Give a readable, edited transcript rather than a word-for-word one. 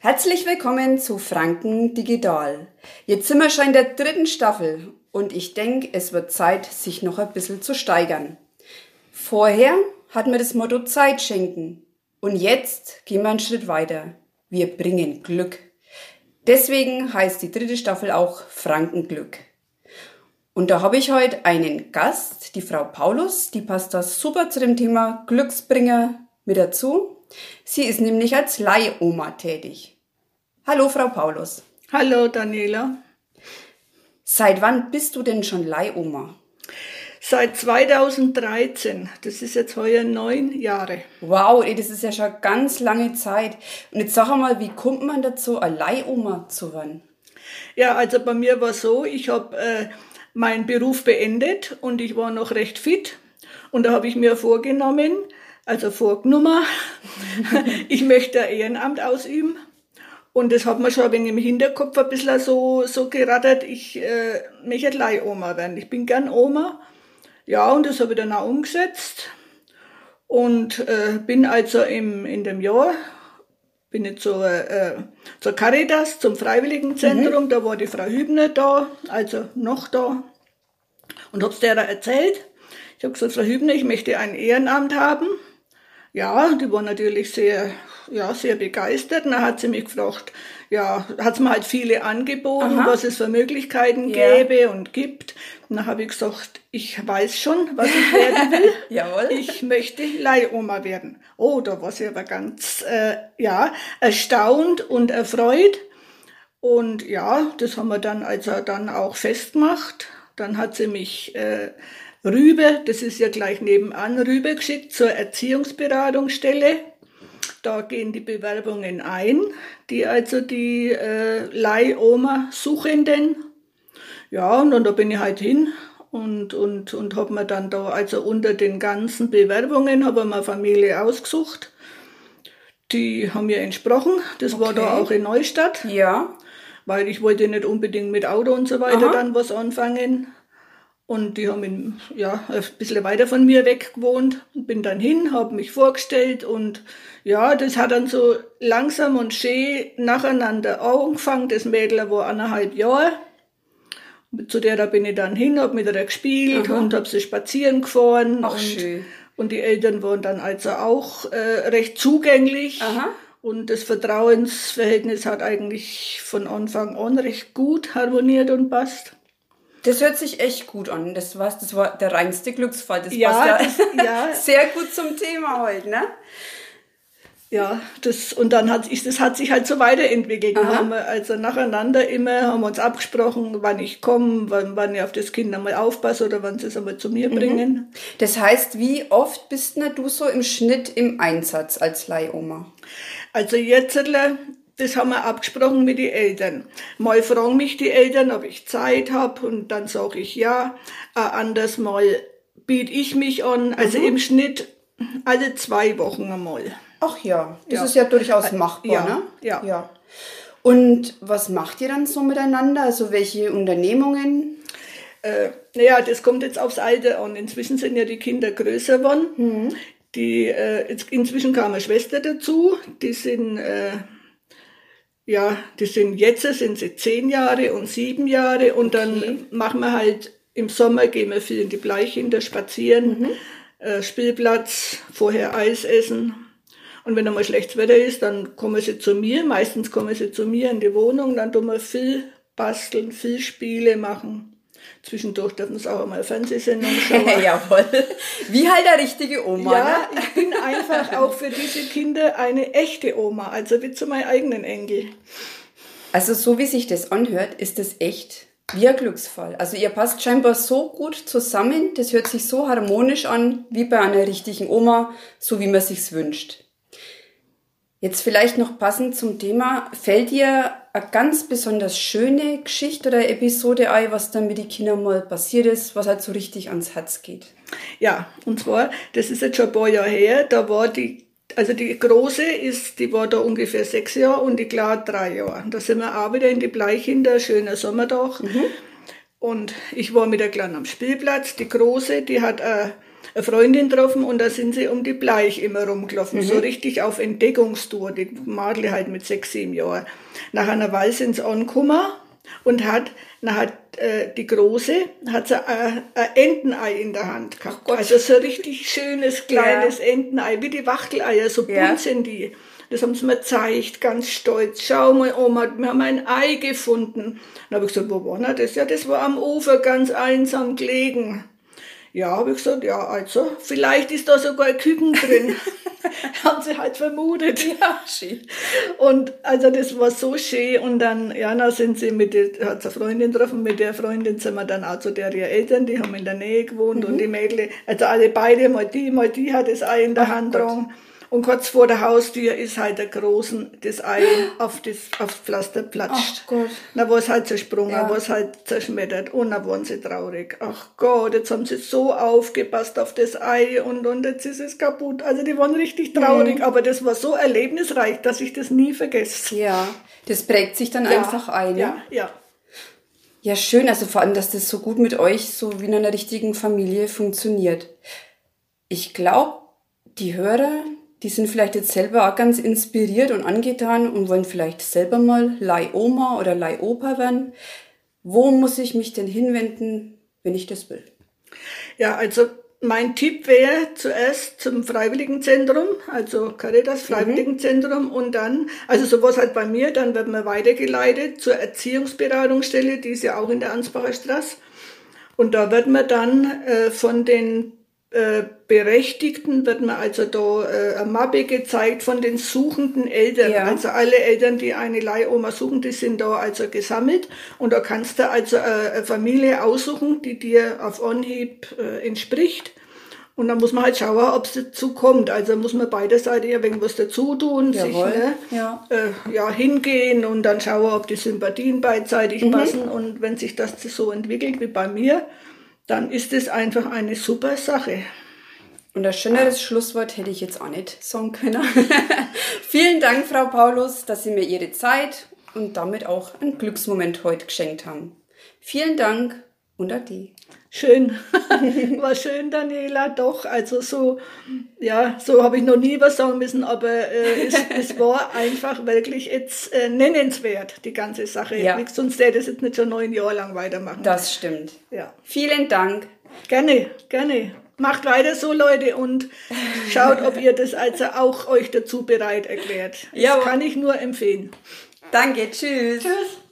Herzlich willkommen zu Franken Digital. Jetzt sind wir schon in der 3. Staffel und ich denke, es wird Zeit, sich noch ein bisschen zu steigern. Vorher hatten wir das Motto Zeit schenken und jetzt gehen wir einen Schritt weiter. Wir bringen Glück. Deswegen heißt die 3. Staffel auch Frankenglück. Und da habe ich heute einen Gast, die Frau Paulus, die passt da super zu dem Thema Glücksbringer mit dazu. Sie ist nämlich als Leihoma tätig. Hallo Frau Paulus. Hallo Daniela. Seit wann bist du denn schon Leihoma? Seit 2013, das ist jetzt heuer 9 Jahre. Wow, das ist ja schon ganz lange Zeit. Und jetzt sag einmal, wie kommt man dazu, eine Leihoma zu werden? Ja, also bei mir war so, ich habe meinen Beruf beendet und ich war noch recht fit. Und da habe ich mir vorgenommen, ich möchte ein Ehrenamt ausüben. Und das hat mir schon ein wenig im Hinterkopf ein bisschen so gerattert, ich möchte Leihoma werden. Ich bin gern Oma. Ja, und das habe ich dann auch umgesetzt. Und bin also in dem Jahr bin ich zur Caritas, zum Freiwilligenzentrum. Da war die Frau Hübner da, also noch da. Und hab's der erzählt. Ich habe gesagt, Frau Hübner, ich möchte ein Ehrenamt haben. Ja, die war natürlich sehr begeistert. Und dann hat sie mich gefragt, ja, hat's mir halt viele angeboten, was es für Möglichkeiten gäbe und gibt. Und dann habe ich gesagt, ich weiß schon, was ich werden will. Jawohl. Ich möchte Leihoma werden. Oh, da war sie aber ganz, erstaunt und erfreut. Und ja, das haben wir dann auch festgemacht. Dann hat sie mich rüber, das ist ja gleich nebenan, rübergeschickt zur Erziehungsberatungsstelle. Da gehen die Bewerbungen ein, die Leihoma-Suchenden. Ja, und da bin ich halt hin und habe mir dann da, also unter den ganzen Bewerbungen, habe ich mir eine Familie ausgesucht. Die haben mir entsprochen. Das war da auch in Neustadt. Ja. Weil ich wollte nicht unbedingt mit Auto und so weiter dann was anfangen. Und die haben ein bisschen weiter von mir weg gewohnt. Bin dann hin, habe mich vorgestellt und ja, das hat dann so langsam und schön nacheinander angefangen. Das Mädel war 1,5 Jahre. Zu der da bin ich dann hin, habe mit ihr gespielt und habe sie spazieren gefahren. Ach, schön. Und die Eltern waren dann also auch recht zugänglich. Aha. Und das Vertrauensverhältnis hat eigentlich von Anfang an recht gut harmoniert und passt. Das hört sich echt gut an. Das war der reinste Glücksfall. Das passt ja sehr gut zum Thema heute, ne? Ja, das hat sich halt so weiterentwickelt. Haben wir also nacheinander haben wir uns abgesprochen, wann ich komme, wann ich auf das Kind einmal aufpasse oder wann sie es einmal zu mir bringen. Das heißt, wie oft bist du so im Schnitt im Einsatz als Leihoma? Also jetzt, das haben wir abgesprochen mit den Eltern. Mal fragen mich die Eltern, ob ich Zeit habe und dann sage ich ja. Anders mal biete ich mich an, also im Schnitt alle 2 Wochen einmal. Ach ja, das ist ja durchaus machbar, ne? Ja. Und was macht ihr dann so miteinander? Also welche Unternehmungen? Das kommt jetzt aufs Alter an. Inzwischen sind ja die Kinder größer geworden. Inzwischen kam eine Schwester dazu. Die sind sind sie 10 Jahre und 7 Jahre. Und dann machen wir halt, im Sommer gehen wir viel in die Bleikinder spazieren, Spielplatz, vorher Eis essen. Und wenn einmal schlechtes Wetter ist, dann kommen sie zu mir. Meistens kommen sie zu mir in die Wohnung. Dann tun wir viel basteln, viel Spiele machen. Zwischendurch dürfen sie auch einmal Fernsehsendung schauen. Jawohl. Wie halt eine richtige Oma. Ja, ne? Ich bin einfach auch für diese Kinder eine echte Oma. Also wie zu meinem eigenen Enkel. Also so wie sich das anhört, ist das echt wie ein Glücksfall. Also ihr passt scheinbar so gut zusammen. Das hört sich so harmonisch an, wie bei einer richtigen Oma, so wie man sich's wünscht. Jetzt vielleicht noch passend zum Thema, fällt dir eine ganz besonders schöne Geschichte oder Episode ein, was dann mit den Kindern mal passiert ist, was halt so richtig ans Herz geht? Ja, und zwar, das ist jetzt schon ein paar Jahre her, da war die Große die war da ungefähr 6 Jahre und die Kleine 3 Jahre. Da sind wir auch wieder in die Bleikinder, schöner Sommertag. Und ich war mit der Kleinen am Spielplatz. Die Große, die hat eine Freundin getroffen und da sind sie um die Bleich immer rumgelaufen, so richtig auf Entdeckungstour, die Madel halt mit 6, 7 Jahren. Nach einer Weile sind sie angekommen und die Große hat so ein Entenei in der Hand gehabt. Also so ein richtig schönes, kleines Entenei, wie die Wachteleier, so bunt sind die. Das haben sie mir gezeigt, ganz stolz. Schau mal, Oma, wir haben ein Ei gefunden. Dann habe ich gesagt, wo war denn das? Ja, das war am Ufer ganz einsam gelegen. Ja, habe ich gesagt, ja, also, vielleicht ist da sogar ein Küken drin. Haben sie halt vermutet. Ja, schön. Und also das war so schön. Und dann sind sie hat sie eine Freundin getroffen, mit der Freundin sind wir dann auch zu ihre Eltern, die haben in der Nähe gewohnt und die Mädel, also alle beide, mal die hat das Ei in der Hand dran. Und kurz vor der Haustür ist halt das Ei aufs Pflaster platscht. Ach Gott. Dann war es halt zersprungen, war es halt zerschmettert und dann waren sie traurig. Ach Gott, jetzt haben sie so aufgepasst auf das Ei und jetzt ist es kaputt. Also die waren richtig traurig, aber das war so erlebnisreich, dass ich das nie vergesse. Ja, das prägt sich dann einfach ein. Ja. Ja, schön, also vor allem, dass das so gut mit euch, so wie in einer richtigen Familie funktioniert. Ich glaube, die Hörer, die sind vielleicht jetzt selber auch ganz inspiriert und angetan und wollen vielleicht selber mal Leihoma oder Leihopa werden. Wo muss ich mich denn hinwenden, wenn ich das will? Ja, also mein Tipp wäre zuerst zum Freiwilligenzentrum, also Caritas Freiwilligenzentrum und dann, also sowas halt bei mir, dann wird man weitergeleitet zur Erziehungsberatungsstelle, die ist ja auch in der Ansbacher Straße. Und da wird man dann von den Berechtigten wird mir also da eine Mappe gezeigt von den suchenden Eltern. Ja. Also alle Eltern, die eine Leihoma suchen, die sind da also gesammelt. Und da kannst du also eine Familie aussuchen, die dir auf Anhieb entspricht. Und dann muss man halt schauen, ob es dazu kommt. Also muss man beiderseitig irgendwas dazu tun, Jawohl. sich hingehen und dann schauen, ob die Sympathien beidseitig passen. Und wenn sich das so entwickelt wie bei mir, dann ist es einfach eine super Sache. Und ein schöneres Schlusswort hätte ich jetzt auch nicht sagen können. Vielen Dank, Frau Paulus, dass Sie mir Ihre Zeit und damit auch einen Glücksmoment heute geschenkt haben. Vielen Dank und ade. Schön. War schön, Daniela, doch. Also so habe ich noch nie was sagen müssen, aber es war einfach wirklich jetzt nennenswert, die ganze Sache. Ja. Sonst hätte es jetzt nicht schon 9 Jahre lang weitermachen. Das stimmt. Ja. Vielen Dank. Gerne. Macht weiter so, Leute, und schaut, ob ihr das also auch euch dazu bereit erklärt. Das kann ich nur empfehlen. Danke, tschüss. Tschüss.